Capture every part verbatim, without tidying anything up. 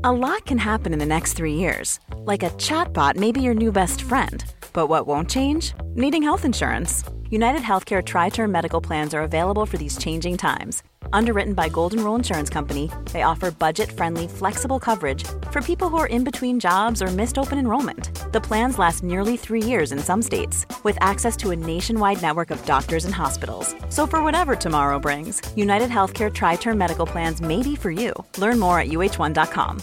A lot can happen in the next three years. Like a chatbot may be your new best friend. But what won't change? Needing health insurance. United Healthcare Tri-Term Medical Plans are available for these changing times. Underwritten by Golden Rule Insurance Company, they offer budget-friendly, flexible coverage for people who are in between jobs or missed open enrollment. The plans last nearly three years in some states, with access to a nationwide network of doctors and hospitals. So for whatever tomorrow brings, United Healthcare Tri-Term Medical Plans may be for you. Learn more at U H one dot com.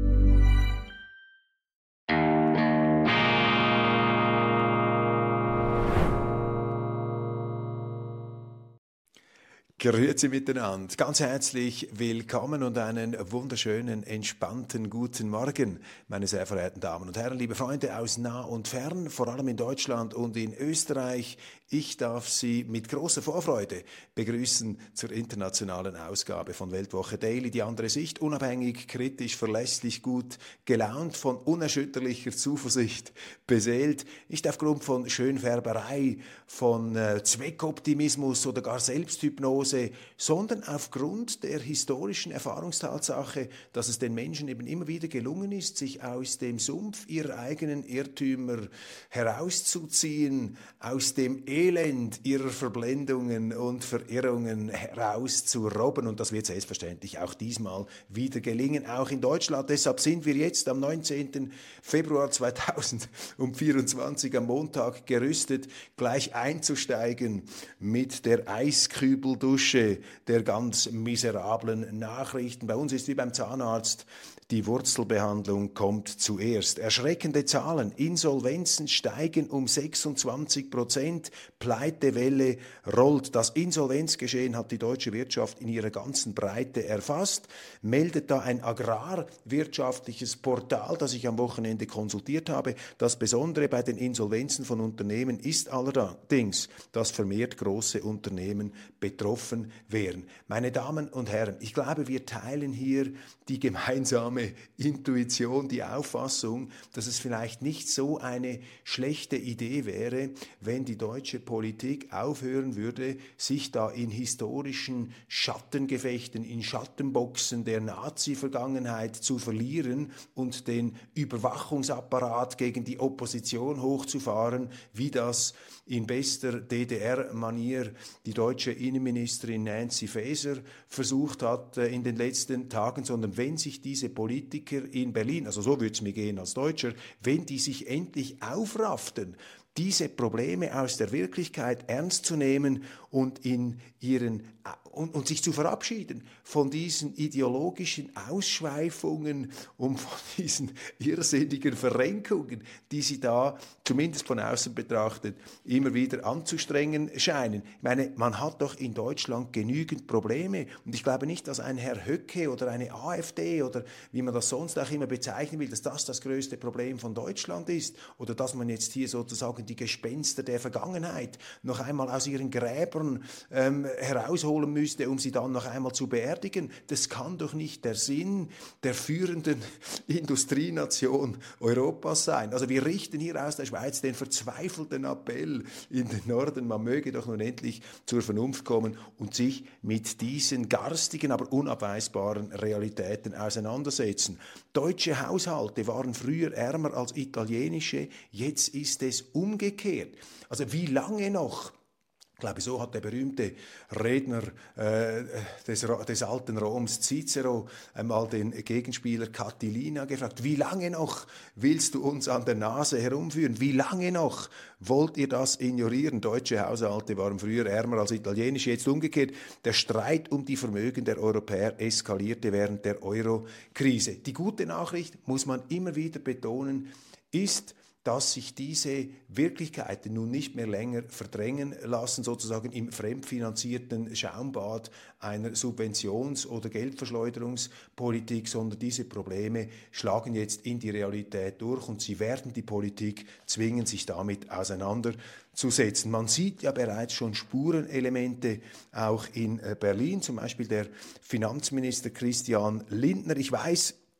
Grüezi miteinander, ganz herzlich willkommen und einen wunderschönen, entspannten guten Morgen, meine sehr verehrten Damen und Herren, liebe Freunde aus nah und fern, vor allem in Deutschland und in Österreich. Ich darf Sie mit großer Vorfreude begrüßen zur internationalen Ausgabe von Weltwoche Daily. Die andere Sicht, unabhängig, kritisch, verlässlich, gut gelaunt, von unerschütterlicher Zuversicht beseelt, nicht aufgrund von Schönfärberei, von äh, Zweckoptimismus oder gar Selbsthypnose, sondern aufgrund der historischen Erfahrungstatsache, dass es den Menschen eben immer wieder gelungen ist, sich aus dem Sumpf ihrer eigenen Irrtümer herauszuziehen, aus dem Elend ihrer Verblendungen und Verirrungen herauszurobben. Und das wird selbstverständlich auch diesmal wieder gelingen, auch in Deutschland. Deshalb sind wir jetzt am neunzehnten Februar zweitausendvierundzwanzig am Montag gerüstet, gleich einzusteigen mit der Eiskübeldusche der ganz miserablen Nachrichten. Bei uns ist wie beim Zahnarzt, die Wurzelbehandlung kommt zuerst. Erschreckende Zahlen. Insolvenzen steigen um sechsundzwanzig Prozent. Pleitewelle rollt. Das Insolvenzgeschehen hat die deutsche Wirtschaft in ihrer ganzen Breite erfasst. Meldet da ein agrarwirtschaftliches Portal, das ich am Wochenende konsultiert habe. Das Besondere bei den Insolvenzen von Unternehmen ist allerdings, dass vermehrt große Unternehmen betroffen wären. Meine Damen und Herren, ich glaube, wir teilen hier die gemeinsame Intuition, die Auffassung, dass es vielleicht nicht so eine schlechte Idee wäre, wenn die deutsche Politik aufhören würde, sich da in historischen Schattengefechten, in Schattenboxen der Nazi-Vergangenheit zu verlieren und den Überwachungsapparat gegen die Opposition hochzufahren, wie das in bester D D R-Manier die deutsche Innenministerin Nancy Faeser versucht hat in den letzten Tagen, sondern wenn sich diese Politiker in Berlin, also so würde es mir gehen als Deutscher, wenn die sich endlich aufrafften, diese Probleme aus der Wirklichkeit ernst zu nehmen und in ihren und, und sich zu verabschieden von diesen ideologischen Ausschweifungen und von diesen irrsinnigen Verrenkungen, die sie da, zumindest von außen betrachtet, immer wieder anzustrengen scheinen. Ich meine, man hat doch in Deutschland genügend Probleme und ich glaube nicht, dass ein Herr Höcke oder eine AfD oder wie man das sonst auch immer bezeichnen will, dass das das größte Problem von Deutschland ist oder dass man jetzt hier sozusagen die Gespenster der Vergangenheit noch einmal aus ihren Gräbern ähm, herausholen müsste, um sie dann noch einmal zu beerdigen. Das kann doch nicht der Sinn der führenden Industrienation Europas sein. Also wir richten hier aus der Schweiz den verzweifelten Appell in den Norden, man möge doch nun endlich zur Vernunft kommen und sich mit diesen garstigen, aber unabweisbaren Realitäten auseinandersetzen. Deutsche Haushalte waren früher ärmer als italienische, jetzt ist es umgekehrt. Also wie lange noch? Ich glaube, so hat der berühmte Redner äh, des, des alten Roms Cicero einmal den Gegenspieler Catilina gefragt, wie lange noch willst du uns an der Nase herumführen? Wie lange noch wollt ihr das ignorieren? Deutsche Haushalte waren früher ärmer als italienische, jetzt umgekehrt. Der Streit um die Vermögen der Europäer eskalierte während der Euro-Krise. Die gute Nachricht, muss man immer wieder betonen, ist, dass sich diese Wirklichkeiten nun nicht mehr länger verdrängen lassen, sozusagen im fremdfinanzierten Schaumbad einer Subventions- oder Geldverschleuderungspolitik, sondern diese Probleme schlagen jetzt in die Realität durch und sie werden die Politik zwingen, sich damit auseinanderzusetzen. Man sieht ja bereits schon Spurenelemente auch in Berlin, zum Beispiel der Finanzminister Christian Lindner. Ich weiß,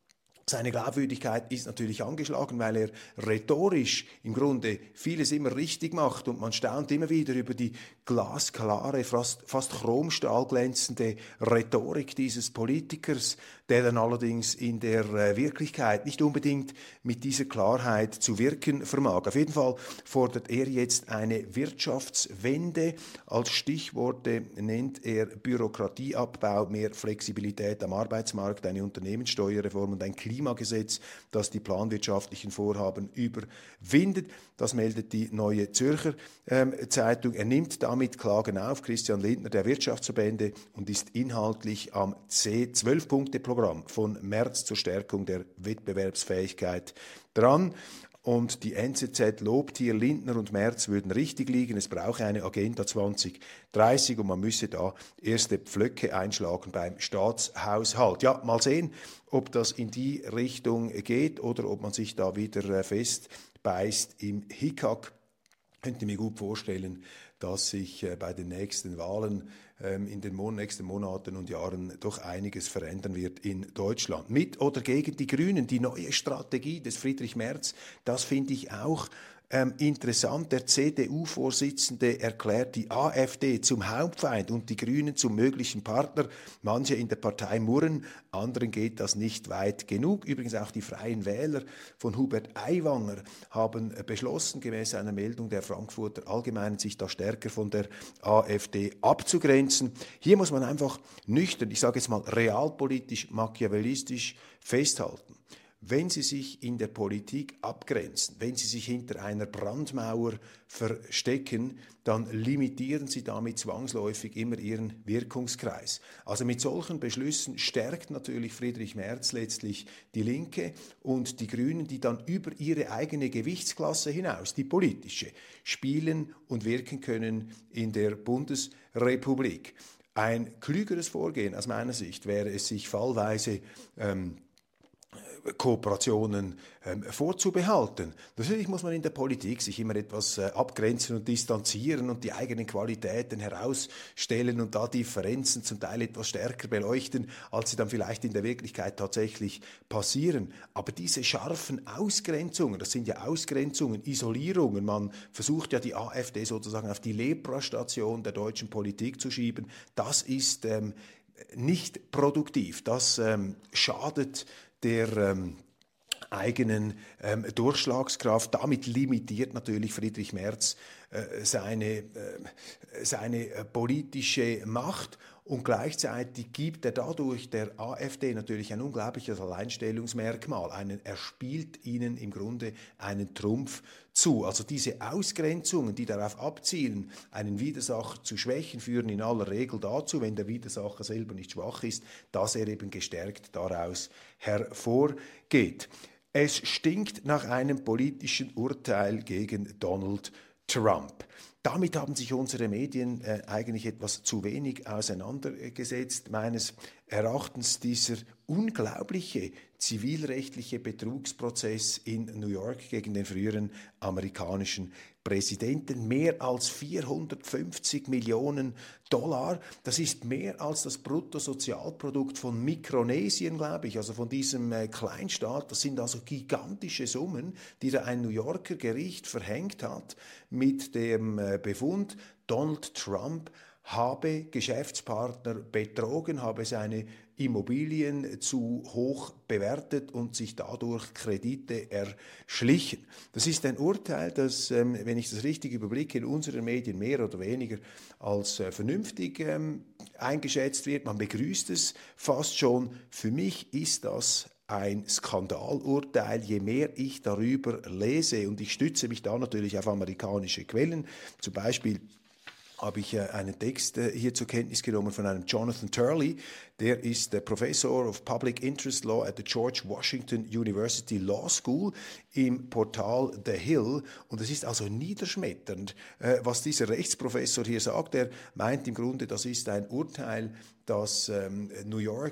Seine Glaubwürdigkeit ist natürlich angeschlagen, weil er rhetorisch im Grunde vieles immer richtig macht und man staunt immer wieder über die glasklare, fast, fast chromstahlglänzende Rhetorik dieses Politikers, der dann allerdings in der äh, Wirklichkeit nicht unbedingt mit dieser Klarheit zu wirken vermag. Auf jeden Fall fordert er jetzt eine Wirtschaftswende. Als Stichworte nennt er Bürokratieabbau, mehr Flexibilität am Arbeitsmarkt, eine Unternehmenssteuerreform und ein Klimagesetz, das die planwirtschaftlichen Vorhaben überwindet. Das meldet die Neue Zürcher ähm, Zeitung. Er nimmt damit Klagen auf, Christian Lindner der Wirtschaftsverbände, und ist inhaltlich am C zwölf Punkte Programm von Merz zur Stärkung der Wettbewerbsfähigkeit dran. Und die N Z Z lobt hier, Lindner und Merz würden richtig liegen. Es brauche eine Agenda zwanzig dreißig und man müsse da erste Pflöcke einschlagen beim Staatshaushalt. Ja, mal sehen, ob das in die Richtung geht oder ob man sich da wieder festbeißt im Hickhack. Ich könnte mir gut vorstellen, dass sich bei den nächsten Wahlen in den nächsten Monaten und Jahren doch einiges verändern wird in Deutschland. Mit oder gegen die Grünen, die neue Strategie des Friedrich Merz, das finde ich auch Ähm, interessant. Der C D U-Vorsitzende erklärt die AfD zum Hauptfeind und die Grünen zum möglichen Partner. Manche in der Partei murren, anderen geht das nicht weit genug. Übrigens auch die Freien Wähler von Hubert Aiwanger haben beschlossen, gemäß einer Meldung der Frankfurter Allgemeinen, sich da stärker von der AfD abzugrenzen. Hier muss man einfach nüchtern, ich sage jetzt mal realpolitisch, machiavellistisch festhalten. Wenn Sie sich in der Politik abgrenzen, wenn Sie sich hinter einer Brandmauer verstecken, dann limitieren Sie damit zwangsläufig immer Ihren Wirkungskreis. Also mit solchen Beschlüssen stärkt natürlich Friedrich Merz letztlich die Linke und die Grünen, die dann über ihre eigene Gewichtsklasse hinaus, die politische, spielen und wirken können in der Bundesrepublik. Ein klügeres Vorgehen aus meiner Sicht wäre es, sich fallweise ähm, Kooperationen ähm, vorzubehalten. Natürlich muss man in der Politik sich immer etwas äh, abgrenzen und distanzieren und die eigenen Qualitäten herausstellen und da Differenzen zum Teil etwas stärker beleuchten, als sie dann vielleicht in der Wirklichkeit tatsächlich passieren. Aber diese scharfen Ausgrenzungen, das sind ja Ausgrenzungen, Isolierungen, man versucht ja die AfD sozusagen auf die Lepra-Station der deutschen Politik zu schieben, das ist ähm, nicht produktiv, das ähm, schadet der ähm, eigenen ähm, Durchschlagskraft. Damit limitiert natürlich Friedrich Merz äh, seine, äh, seine äh, politische Macht und gleichzeitig gibt er dadurch der AfD natürlich ein unglaubliches Alleinstellungsmerkmal. Einen, er spielt ihnen im Grunde einen Trumpf zu. Also diese Ausgrenzungen, die darauf abzielen, einen Widersacher zu schwächen, führen in aller Regel dazu, wenn der Widersacher selber nicht schwach ist, dass er eben gestärkt daraus hervorgeht. Es stinkt nach einem politischen Urteil gegen Donald Trump. Damit haben sich unsere Medien äh, eigentlich etwas zu wenig auseinandergesetzt. Meines Erachtens dieser unglaubliche zivilrechtliche Betrugsprozess in New York gegen den früheren amerikanischen Präsidenten. Mehr als vierhundertfünfzig Millionen Dollar. Das ist mehr als das Bruttosozialprodukt von Mikronesien, glaube ich, also von diesem äh, Kleinstaat. Das sind also gigantische Summen, die da ein New Yorker Gericht verhängt hat mit dem äh, Befund, Donald Trump habe Geschäftspartner betrogen, habe seine Immobilien zu hoch bewertet und sich dadurch Kredite erschlichen. Das ist ein Urteil, das, ähm, wenn ich das richtig überblicke, in unseren Medien mehr oder weniger als äh, vernünftig ähm, eingeschätzt wird. Man begrüßt es fast schon. Für mich ist das ein Skandalurteil, je mehr ich darüber lese, und ich stütze mich da natürlich auf amerikanische Quellen, zum Beispiel habe ich einen Text hier zur Kenntnis genommen von einem Jonathan Turley, der ist der Professor of Public Interest Law at the George Washington University Law School im Portal The Hill. Und es ist also niederschmetternd, was dieser Rechtsprofessor hier sagt. Er meint im Grunde, das ist ein Urteil, das ähm, New York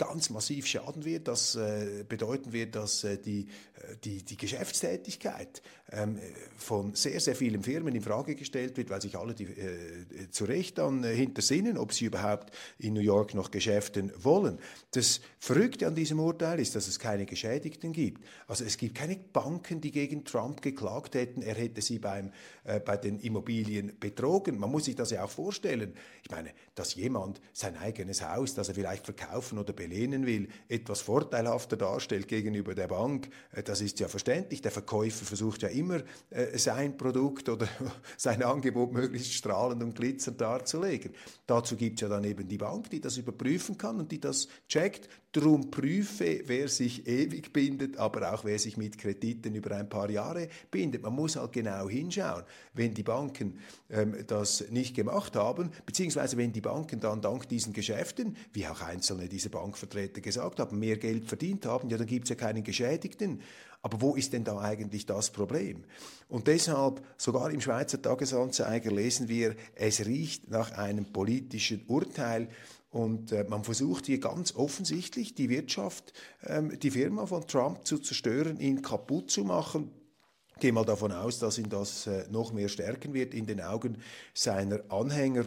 ganz massiv schaden wird, das äh, bedeuten wird, dass äh, die, die, die Geschäftstätigkeit ähm, von sehr, sehr vielen Firmen in Frage gestellt wird, weil sich alle die, äh, zu Recht dann äh, hintersinnen, ob sie überhaupt in New York noch geschäften wollen. Das Verrückte an diesem Urteil ist, dass es keine Geschädigten gibt. Also es gibt keine Banken, die gegen Trump geklagt hätten, er hätte sie beim, äh, bei den Immobilien betrogen. Man muss sich das ja auch vorstellen. Ich meine, dass jemand sein eigenes Haus, das er vielleicht verkaufen oder belehnen will, etwas vorteilhafter darstellt gegenüber der Bank, äh, das ist ja verständlich. Der Verkäufer versucht ja immer, äh, sein Produkt oder sein Angebot möglichst strahlend und glitzernd darzulegen. Dazu gibt es ja dann eben die Bank, die das überprüfen kann und die das checkt. Drum prüfe, wer sich ewig bindet, aber auch wer sich mit Krediten über ein paar Jahre bindet. Man muss halt genau hinschauen. Wenn die Banken ähm, das nicht gemacht haben, beziehungsweise wenn die Banken dann dank diesen Geschäften, wie auch einzelne dieser Bankvertreter gesagt haben, mehr Geld verdient haben, ja, dann gibt es ja keinen Geschädigten. Aber wo ist denn da eigentlich das Problem? Und deshalb, sogar im Schweizer Tagesanzeiger lesen wir, es riecht nach einem politischen Urteil. Und äh, man versucht hier ganz offensichtlich die Wirtschaft, ähm, die Firma von Trump zu zerstören, ihn kaputt zu machen. Ich gehe mal davon aus, dass ihn das äh, noch mehr stärken wird in den Augen seiner Anhänger.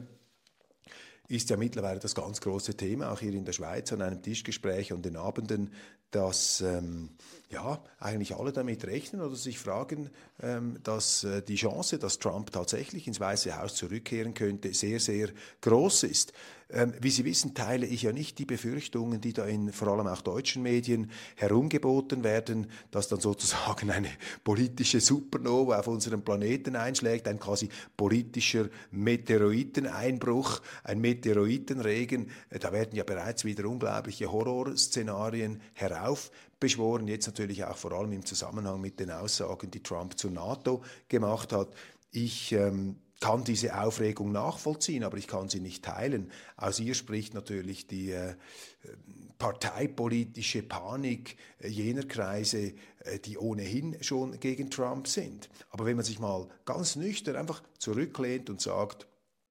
Ist ja mittlerweile das ganz große Thema, auch hier in der Schweiz an einem Tischgespräch an den Abenden, dass ähm, ja, eigentlich alle damit rechnen oder sich fragen, ähm, dass äh, die Chance, dass Trump tatsächlich ins Weiße Haus zurückkehren könnte, sehr, sehr groß ist. Ähm, wie Sie wissen, teile ich ja nicht die Befürchtungen, die da in vor allem auch deutschen Medien herumgeboten werden, dass dann sozusagen eine politische Supernova auf unserem Planeten einschlägt, ein quasi politischer Meteoriteneinbruch, ein Meteoritenregen. Äh, da werden ja bereits wieder unglaubliche Horrorszenarien heraufbeschworen, jetzt natürlich auch vor allem im Zusammenhang mit den Aussagen, die Trump zur NATO gemacht hat. Ich ähm, kann diese Aufregung nachvollziehen, aber ich kann sie nicht teilen. Aus ihr spricht natürlich die äh, parteipolitische Panik äh, jener Kreise, äh, die ohnehin schon gegen Trump sind. Aber wenn man sich mal ganz nüchtern einfach zurücklehnt und sagt,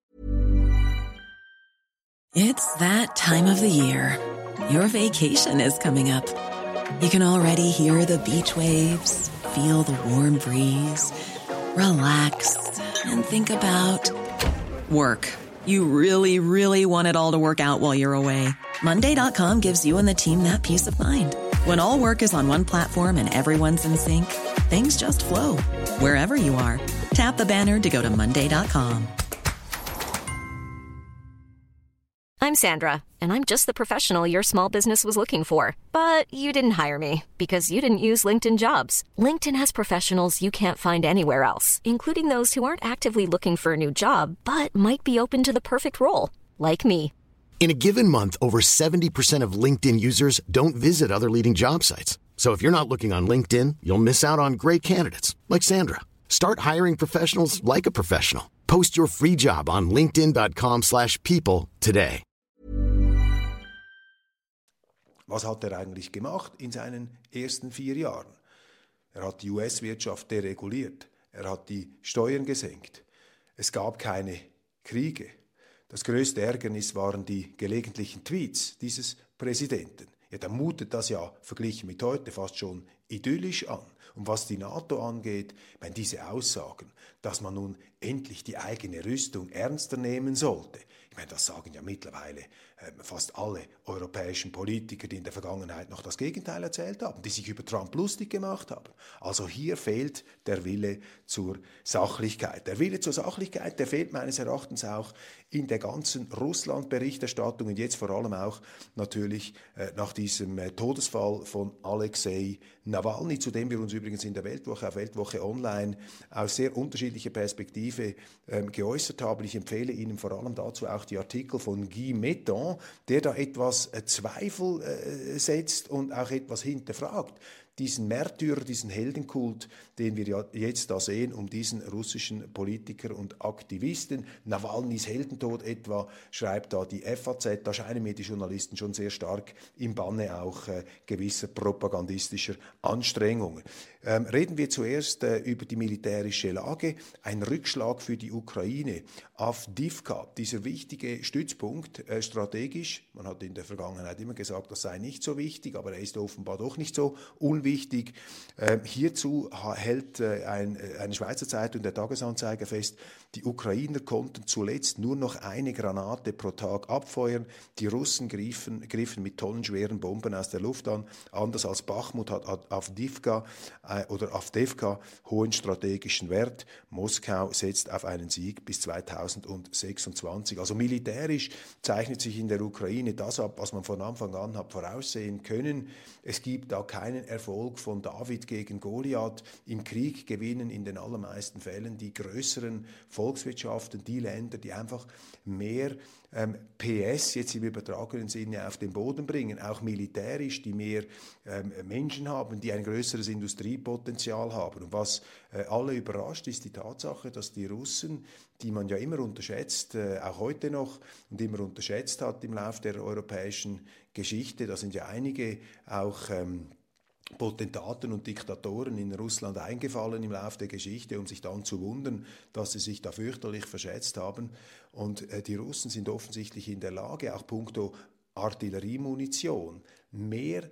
It's that time of the year. Your vacation is coming up. You can already hear the beach waves, feel the warm breeze, relax and think about work. You really, really want it all to work out while you're away. Monday dot com gives you and the team that peace of mind. When all work is on one platform and everyone's in sync, things just flow. Wherever you are, tap the banner to go to Monday dot com. I'm Sandra, and I'm just the professional your small business was looking for. But you didn't hire me because you didn't use LinkedIn Jobs. LinkedIn has professionals you can't find anywhere else, including those who aren't actively looking for a new job, but might be open to the perfect role, like me. In a given month, over seventy percent of LinkedIn users don't visit other leading job sites. So if you're not looking on LinkedIn, you'll miss out on great candidates, like Sandra. Start hiring professionals like a professional. Post your free job on linkedin dot com slash people today. Was hat er eigentlich gemacht in seinen ersten vier Jahren? Er hat die U S-Wirtschaft dereguliert. Er hat die Steuern gesenkt. Es gab keine Kriege. Das größte Ärgernis waren die gelegentlichen Tweets dieses Präsidenten. Ja, da mutet das ja verglichen mit heute fast schon idyllisch an. Und was die NATO angeht, ich meine, diese Aussagen, dass man nun endlich die eigene Rüstung ernster nehmen sollte. Ich meine, das sagen ja mittlerweile äh, fast alle europäischen Politiker, die in der Vergangenheit noch das Gegenteil erzählt haben, die sich über Trump lustig gemacht haben. Also hier fehlt der Wille zur Sachlichkeit. Der Wille zur Sachlichkeit, der fehlt meines Erachtens auch in der ganzen Russland-Berichterstattung und jetzt vor allem auch natürlich äh, nach diesem äh, Todesfall von Alexei Nawalny, zu dem wir uns übrigens in der Weltwoche auf Weltwoche Online aus sehr unterschiedlicher Perspektive ähm, geäußert haben. Ich empfehle Ihnen vor allem dazu auch die Artikel von Guy Metton, der da etwas äh, Zweifel äh, setzt und auch etwas hinterfragt. Diesen Märtyrer, diesen Heldenkult, den wir ja jetzt da sehen, um diesen russischen Politiker und Aktivisten. Nawalnys Heldentod etwa, schreibt da die F A Z, da scheinen mir die Journalisten schon sehr stark im Banne auch äh, gewisser propagandistischer Anstrengungen. Ähm, reden wir zuerst äh, über die militärische Lage. Ein Rückschlag für die Ukraine. Avdivka, dieser wichtige Stützpunkt, äh, strategisch strategisch. Man hat in der Vergangenheit immer gesagt, das sei nicht so wichtig, aber er ist offenbar doch nicht so unwichtig. Ähm, hierzu hält äh, ein, äh, eine Schweizer Zeitung, der Tagesanzeiger, fest, die Ukrainer konnten zuletzt nur noch eine Granate pro Tag abfeuern. Die Russen griffen, griffen mit tonnenschweren Bomben aus der Luft an. Anders als Bachmut hat Avdivka äh, oder Avdivka hohen strategischen Wert. Moskau setzt auf einen Sieg bis zweitausendsechsundzwanzig. Also militärisch zeichnet sich in der Ukraine das ab, was man von Anfang an hat voraussehen können. Es gibt da keinen Erfolg von David gegen Goliath. Im Krieg gewinnen in den allermeisten Fällen die größeren Volkswirtschaften, die Länder, die einfach mehr ähm, P S jetzt im übertragenen Sinne auf den Boden bringen, auch militärisch, die mehr ähm, Menschen haben, die ein größeres Industriepotenzial haben. Und was äh, alle überrascht, ist die Tatsache, dass die Russen, die man ja immer unterschätzt, äh, auch heute noch und immer unterschätzt hat im Laufe der europäischen Geschichte, da sind ja einige auch ähm, Potentaten und Diktatoren in Russland eingefallen im Laufe der Geschichte, um sich dann zu wundern, dass sie sich da fürchterlich verschätzt haben. Und äh, die Russen sind offensichtlich in der Lage, auch punkto Artilleriemunition, mehr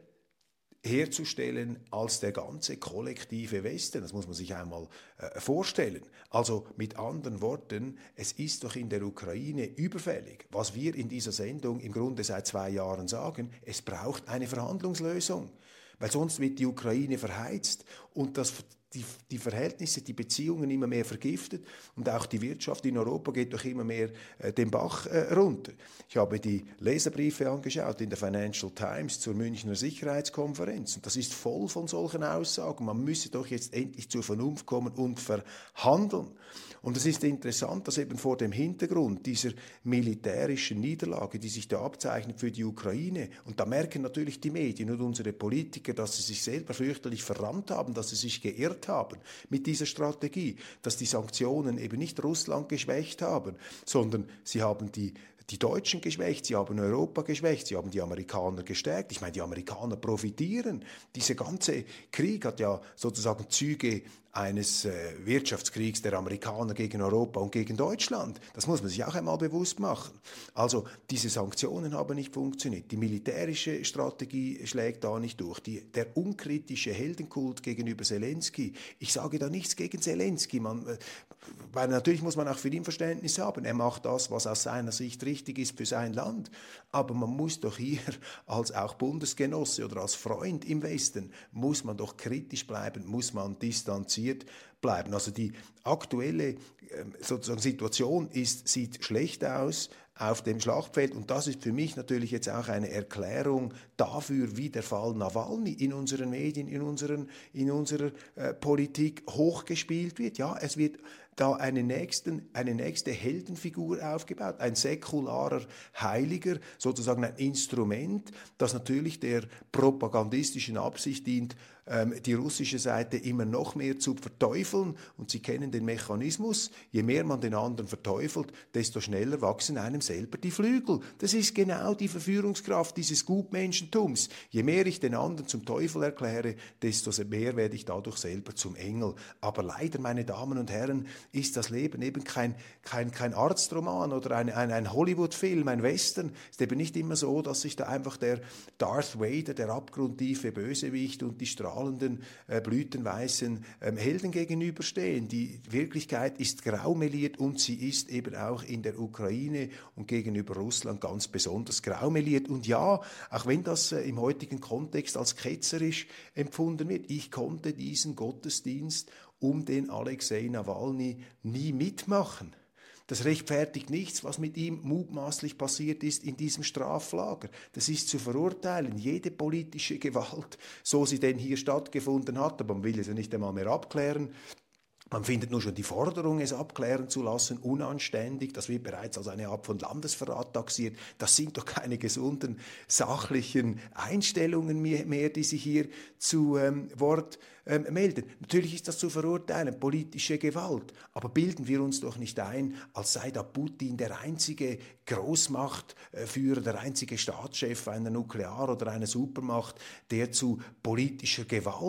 herzustellen als der ganze kollektive Westen. Das muss man sich einmal äh, vorstellen. Also mit anderen Worten, es ist doch in der Ukraine überfällig, was wir in dieser Sendung im Grunde seit zwei Jahren sagen, es braucht eine Verhandlungslösung. Weil sonst wird die Ukraine verheizt und das, die, die Verhältnisse, die Beziehungen immer mehr vergiftet und auch die Wirtschaft in Europa geht doch immer mehr äh, den Bach äh, runter. Ich habe die Leserbriefe angeschaut in der Financial Times zur Münchner Sicherheitskonferenz und das ist voll von solchen Aussagen. Man müsse doch jetzt endlich zur Vernunft kommen und verhandeln. Und es ist interessant, dass eben vor dem Hintergrund dieser militärischen Niederlage, die sich da abzeichnet für die Ukraine, und da merken natürlich die Medien und unsere Politiker, dass sie sich selber fürchterlich verrannt haben, dass sie sich geirrt haben mit dieser Strategie, dass die Sanktionen eben nicht Russland geschwächt haben, sondern sie haben die die Deutschen geschwächt, sie haben Europa geschwächt, sie haben die Amerikaner gestärkt. Ich meine, die Amerikaner profitieren. Dieser ganze Krieg hat ja sozusagen Züge eines äh, Wirtschaftskriegs der Amerikaner gegen Europa und gegen Deutschland. Das muss man sich auch einmal bewusst machen. Also diese Sanktionen haben nicht funktioniert. Die militärische Strategie schlägt da nicht durch. Die, der unkritische Heldenkult gegenüber Zelensky. Ich sage da nichts gegen Zelensky. Man, äh, weil natürlich muss man auch für ihn Verständnis haben. Er macht das, was aus seiner Sicht richtig ist für sein Land. Aber man muss doch hier als auch Bundesgenosse oder als Freund im Westen, muss man doch kritisch bleiben, muss man distanziert bleiben. Also die aktuelle sozusagen Situation ist, sieht schlecht aus auf dem Schlachtfeld und das ist für mich natürlich jetzt auch eine Erklärung dafür, wie der Fall Nawalny in unseren Medien, in, unseren, in unserer äh, Politik hochgespielt wird. Ja, es wird da eine, nächsten, eine nächste Heldenfigur aufgebaut, ein säkularer Heiliger, sozusagen ein Instrument, das natürlich der propagandistischen Absicht dient, ähm, die russische Seite immer noch mehr zu verteufeln. Und Sie kennen den Mechanismus, je mehr man den anderen verteufelt, desto schneller wachsen einem selber die Flügel. Das ist genau die Verführungskraft dieses Gutmenschentums. Je mehr ich den anderen zum Teufel erkläre, desto mehr werde ich dadurch selber zum Engel. Aber leider, meine Damen und Herren, ist das Leben eben kein, kein, kein Arztroman oder ein, ein, ein Hollywood-Film, ein Western. Es ist eben nicht immer so, dass sich da einfach der Darth Vader, der abgrundtiefe Bösewicht und die strahlenden, äh, blütenweißen ähm, Helden gegenüberstehen. Die Wirklichkeit ist graumeliert und sie ist eben auch in der Ukraine und gegenüber Russland ganz besonders graumeliert. Und ja, auch wenn das äh, im heutigen Kontext als ketzerisch empfunden wird, ich konnte diesen Gottesdienst um den Alexei Nawalny nie mitmachen. Das rechtfertigt nichts, was mit ihm mutmaßlich passiert ist in diesem Straflager. Das ist zu verurteilen, jede politische Gewalt, so sie denn hier stattgefunden hat, aber man will es ja nicht einmal mehr abklären. Man findet nur schon die Forderung, es abklären zu lassen, unanständig. Das wird bereits als eine Art von Landesverrat taxiert. Das sind doch keine gesunden, sachlichen Einstellungen mehr, die sich hier zu ähm, Wort ähm, melden. Natürlich ist das zu verurteilen, politische Gewalt. Aber bilden wir uns doch nicht ein, als sei da Putin der einzige Großmachtführer, der einzige Staatschef einer Nuklear- oder einer Supermacht, der zu politischer Gewalt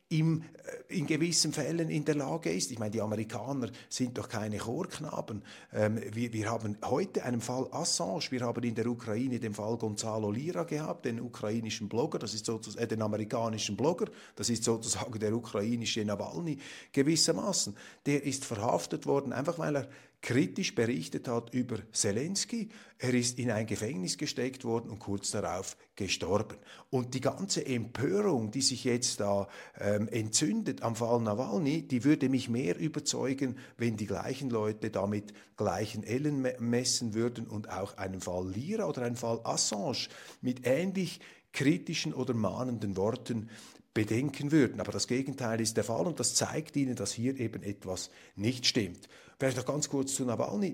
im, in gewissen Fällen in der Lage ist. Ich meine, die Amerikaner sind doch keine Chorknaben. Ähm, wir, wir haben heute einen Fall Assange, wir haben in der Ukraine den Fall Gonzalo Lira gehabt, den ukrainischen Blogger, das ist sozusagen, äh, den amerikanischen Blogger, das ist sozusagen der ukrainische Nawalny gewissermaßen. Der ist verhaftet worden, einfach weil er kritisch berichtet hat über Zelensky. Er ist in ein Gefängnis gesteckt worden und kurz darauf gestorben. Und die ganze Empörung, die sich jetzt da ähm, entzündet am Fall Nawalny, die würde mich mehr überzeugen, wenn die gleichen Leute da mit gleichen Ellen messen würden und auch einen Fall Lira oder einen Fall Assange mit ähnlich kritischen oder mahnenden Worten bedenken würden. Aber das Gegenteil ist der Fall und das zeigt ihnen, dass hier eben etwas nicht stimmt. Vielleicht noch ganz kurz zu Nawalny.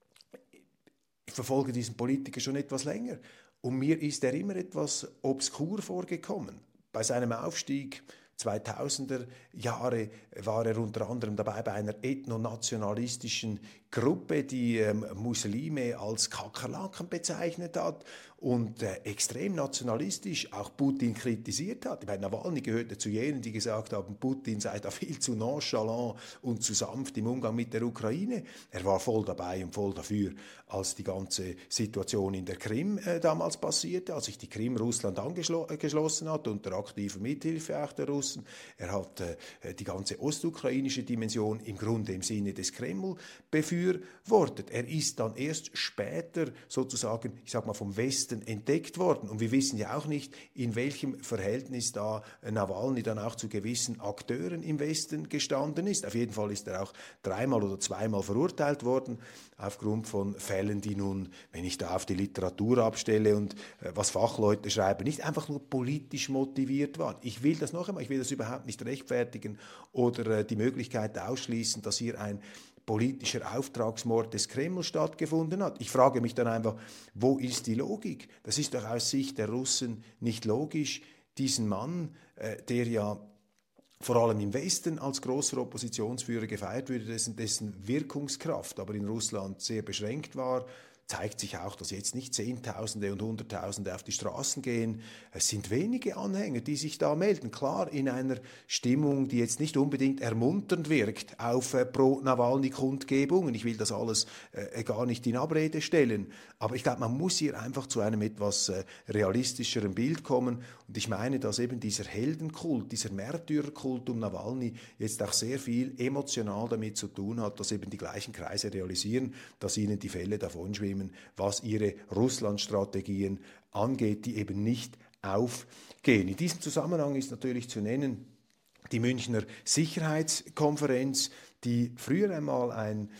Ich verfolge diesen Politiker schon etwas länger und mir ist er immer etwas obskur vorgekommen. Bei seinem Aufstieg zweitausender Jahre war er unter anderem dabei bei einer ethnonationalistischen Gruppe, die ähm, Muslime als Kakerlaken bezeichnet hat und äh, extrem nationalistisch auch Putin kritisiert hat. Ich meine, Nawalny gehörte zu jenen, die gesagt haben, Putin sei da viel zu nonchalant und zu sanft im Umgang mit der Ukraine. Er war voll dabei und voll dafür, als die ganze Situation in der Krim äh, damals passierte, als sich die Krim Russland angeschlossen hat unter aktiver Mithilfe auch der Russen. Er hat äh, die ganze ostukrainische Dimension im Grunde im Sinne des Kreml befürwortet. Er ist dann erst später sozusagen, ich sag mal, vom Westen entdeckt worden. Und wir wissen ja auch nicht, in welchem Verhältnis da Nawalny dann auch zu gewissen Akteuren im Westen gestanden ist. Auf jeden Fall ist er auch dreimal oder zweimal verurteilt worden, aufgrund von Fällen, die nun, wenn ich da auf die Literatur abstelle und äh, was Fachleute schreiben, nicht einfach nur politisch motiviert waren. Ich will das noch einmal, ich will das überhaupt nicht rechtfertigen oder äh, die Möglichkeit ausschließen, dass hier ein politischer Auftragsmord des Kreml stattgefunden hat. Ich frage mich dann einfach, wo ist die Logik? Das ist doch aus Sicht der Russen nicht logisch, diesen Mann, äh, der ja vor allem im Westen als großer Oppositionsführer gefeiert würde, dessen, dessen Wirkungskraft aber in Russland sehr beschränkt war, zeigt sich auch, dass jetzt nicht Zehntausende und Hunderttausende auf die Straßen gehen. Es sind wenige Anhänger, die sich da melden. Klar, in einer Stimmung, die jetzt nicht unbedingt ermunternd wirkt auf äh, Pro-Nawalny-Kundgebungen. Ich will das alles äh, gar nicht in Abrede stellen. Aber ich glaube, man muss hier einfach zu einem etwas äh, realistischeren Bild kommen. Und ich meine, dass eben dieser Heldenkult, dieser Märtyrerkult um Nawalny jetzt auch sehr viel emotional damit zu tun hat, dass eben die gleichen Kreise realisieren, dass ihnen die Fälle davonschwimmen, was ihre Russland-Strategien angeht, die eben nicht aufgehen. In diesem Zusammenhang ist natürlich zu nennen die Münchner Sicherheitskonferenz, die früher einmal ein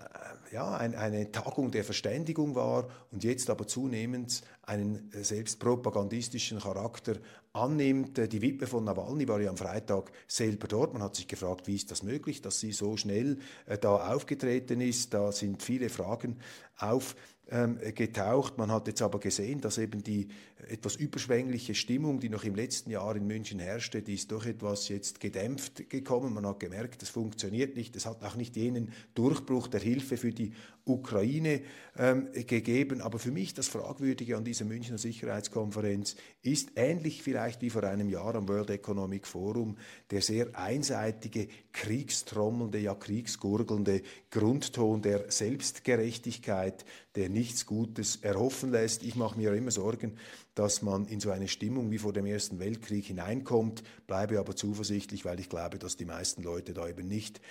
ja, ein, eine Tagung der Verständigung war und jetzt aber zunehmend einen selbst propagandistischen Charakter annimmt. Die Witwe von Nawalny war ja am Freitag selber dort. Man hat sich gefragt, wie ist das möglich, dass sie so schnell äh, da aufgetreten ist. Da sind viele Fragen aufgetaucht. Ähm, Man hat jetzt aber gesehen, dass eben die etwas überschwängliche Stimmung, die noch im letzten Jahr in München herrschte, die ist doch etwas jetzt gedämpft gekommen. Man hat gemerkt, es funktioniert nicht. Es hat auch nicht jenen Durchbruch der Hilfe für die Ukraine ähm, gegeben. Aber für mich das Fragwürdige an dieser Münchner Sicherheitskonferenz ist ähnlich vielleicht wie vor einem Jahr am World Economic Forum der sehr einseitige, kriegstrommelnde, ja kriegsgurgelnde Grundton der Selbstgerechtigkeit, der nichts Gutes erhoffen lässt. Ich mache mir immer Sorgen, dass man in so eine Stimmung wie vor dem Ersten Weltkrieg hineinkommt, bleibe aber zuversichtlich, weil ich glaube, dass die meisten Leute da eben nicht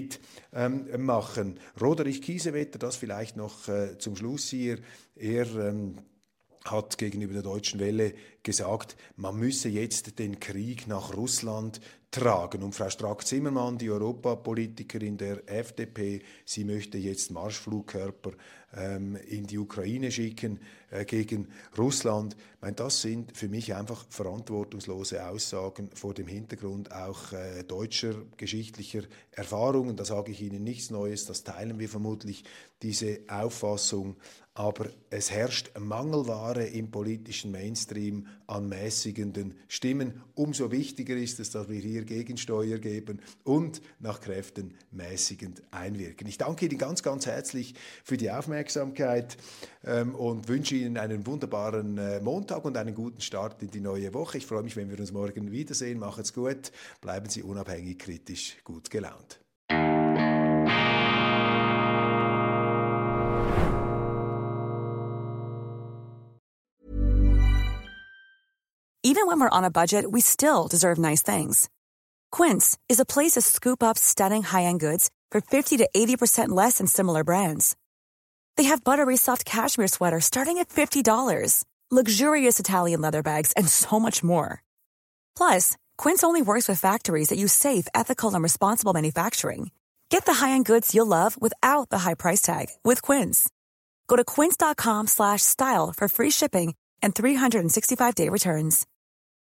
mitmachen. Ähm, Roderich Kiesewetter, das vielleicht noch äh, zum Schluss hier, er ähm, hat gegenüber der Deutschen Welle gesagt, man müsse jetzt den Krieg nach Russland tragen. Und Frau Strack-Zimmermann, die Europapolitikerin der F D P, sie möchte jetzt Marschflugkörper ähm, in die Ukraine schicken äh, gegen Russland. Ich meine, das sind für mich einfach verantwortungslose Aussagen vor dem Hintergrund auch äh, deutscher geschichtlicher Erfahrungen. Da sage ich Ihnen nichts Neues, das teilen wir vermutlich, diese Auffassung. Aber es herrscht Mangelware im politischen Mainstream an mäßigenden Stimmen. Umso wichtiger ist es, dass wir hier Gegensteuer geben und nach Kräften mäßigend einwirken. Ich danke Ihnen ganz, ganz herzlich für die Aufmerksamkeit ähm, und wünsche Ihnen einen wunderbaren äh, Montag und einen guten Start in die neue Woche. Ich freue mich, wenn wir uns morgen wiedersehen. Macht's gut, bleiben Sie unabhängig, kritisch, gut gelaunt. Even when we're on a budget, we still deserve nice things. Quince is a place to scoop up stunning high-end goods for fifty to eighty percent less than similar brands. They have buttery soft cashmere sweaters starting at fifty dollars, luxurious Italian leather bags, and so much more. Plus, Quince only works with factories that use safe, ethical, and responsible manufacturing. Get the high-end goods you'll love without the high price tag with Quince. Go to quince dot com slash style for free shipping and three sixty-five day returns.